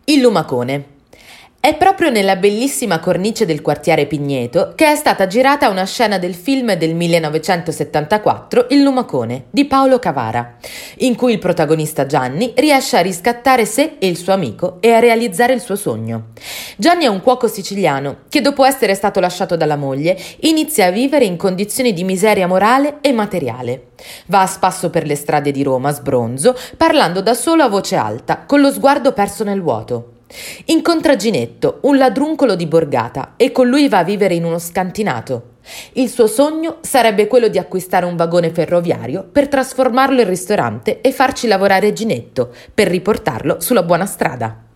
Il lumacone. È proprio nella bellissima cornice del quartiere Pigneto che è stata girata una scena del film del 1974 Il lumacone di Paolo Cavara, in cui il protagonista Gianni riesce a riscattare sé e il suo amico e a realizzare il suo sogno. Gianni è un cuoco siciliano che, dopo essere stato lasciato dalla moglie, inizia a vivere in condizioni di miseria morale e materiale. Va a spasso per le strade di Roma sbronzo, parlando da solo a voce alta, con lo sguardo perso nel vuoto. Incontra Ginetto, un ladruncolo di borgata, e con lui va a vivere in uno scantinato. Il suo sogno sarebbe quello di acquistare un vagone ferroviario per trasformarlo in ristorante e farci lavorare Ginetto, per riportarlo sulla buona strada.